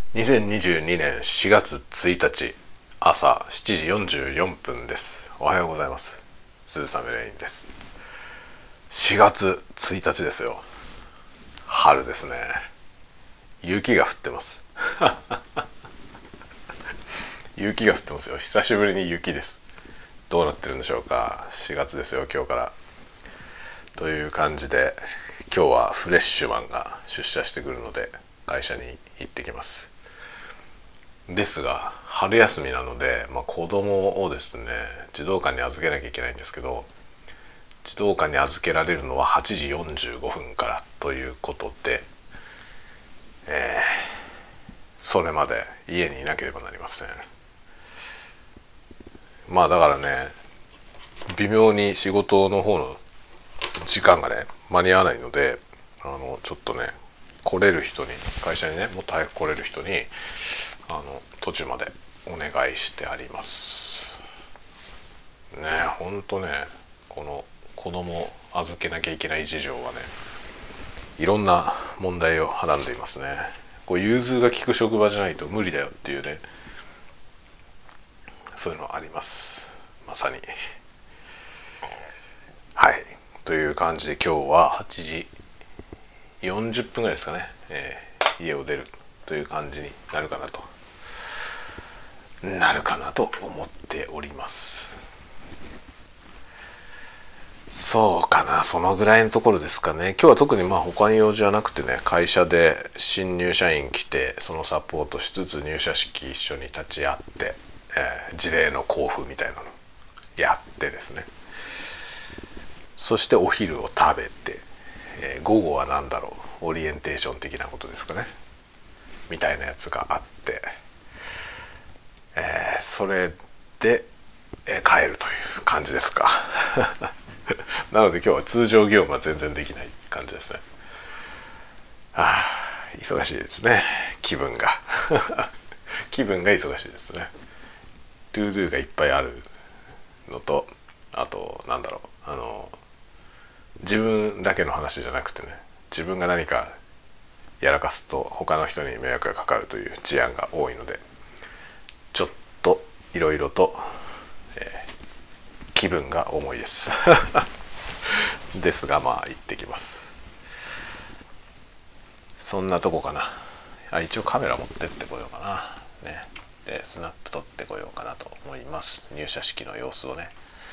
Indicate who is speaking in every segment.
Speaker 1: 2022年4月1日朝7時44分です。おはようございます。鈴雨レインです。4月1日ですよ。春ですね。雪が降ってます。雪が降ってますよ。久しぶりに雪です。どうなってるんでしょうか。4月ですよ、今日から。という感じで、今日はフレッシュマンが出社してくるので会社に行ってきます。ですが春休みなので、子供をですね児童館に預けなきゃいけないんですけど、児童館に預けられるのは8時45分からということで、それまで家にいなければなりません。だからね、微妙に仕事の方の時間がね間に合わないので、ちょっとね来れる人に、会社にねもっと早く来れる人に途中までお願いしてありますね。ほんとね、この子供預けなきゃいけない事情はね、いろんな問題をはらんでいますね。こう融通が利く職場じゃないと無理だよっていうね、そういうのあります。まさに。はい、という感じで今日は8時40分ぐらいですかね、家を出るという感じになるかなと思っております。そうかな、そのぐらいのところですかね。今日は特に他に用事はなくてね、会社で新入社員来てそのサポートしつつ入社式一緒に立ち会って、辞令の交付みたいなのやってですね、そしてお昼を食べて、午後は何だろう、オリエンテーション的なことですかね、みたいなやつがあって、それで、帰るという感じですか。なので今日は通常業務は全然できない感じですね。忙しいですね、気分が。気分が忙しいですね。トゥードゥがいっぱいあるのと、あと自分だけの話じゃなくてね、自分が何かやらかすと他の人に迷惑がかかるという事案が多いので、ちょっといろいろと、気分が重いです。ですが行ってきます。そんなとこかな。一応カメラ持ってってこようかなね。でスナップ撮ってこようかなと思います。入社式の様子をね。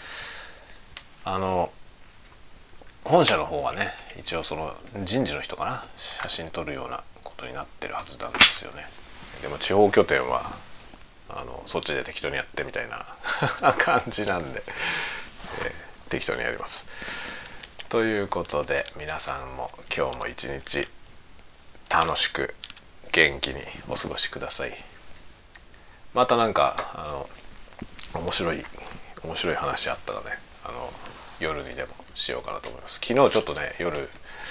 Speaker 1: 本社の方はね、一応その人事の人かな、写真撮るようなことになってるはずなんですよね。でも地方拠点はそっちで適当にやってみたいな感じなんで、適当にやります。ということで皆さんも今日も一日楽しく元気にお過ごしください。また面白い話あったらね、夜にでもしようかなと思います。昨日ちょっとね、夜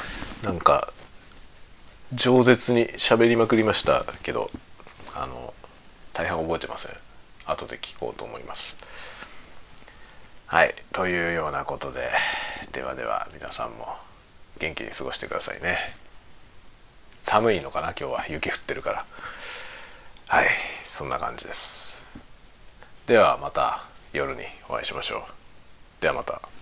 Speaker 1: 饒舌に喋りまくりましたけど、大半覚えてません。後で聞こうと思います。はい、というようなことで、ではでは皆さんも元気に過ごしてくださいね。寒いのかな、今日は雪降ってるから。はい、そんな感じです。ではまた夜にお会いしましょう。ではまた。